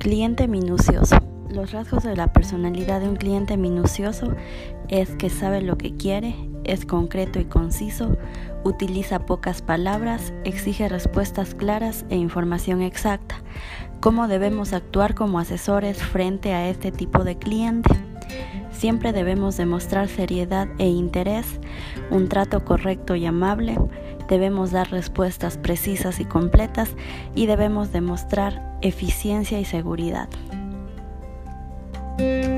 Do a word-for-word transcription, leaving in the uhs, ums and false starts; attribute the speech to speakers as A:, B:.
A: Cliente minucioso. Los rasgos de la personalidad de un cliente minucioso es que sabe lo que quiere, es concreto y conciso, utiliza pocas palabras, exige respuestas claras e información exacta. ¿Cómo debemos actuar como asesores frente a este tipo de cliente? Siempre debemos demostrar seriedad e interés, un trato correcto y amable, debemos dar respuestas precisas y completas y debemos demostrar eficiencia y seguridad.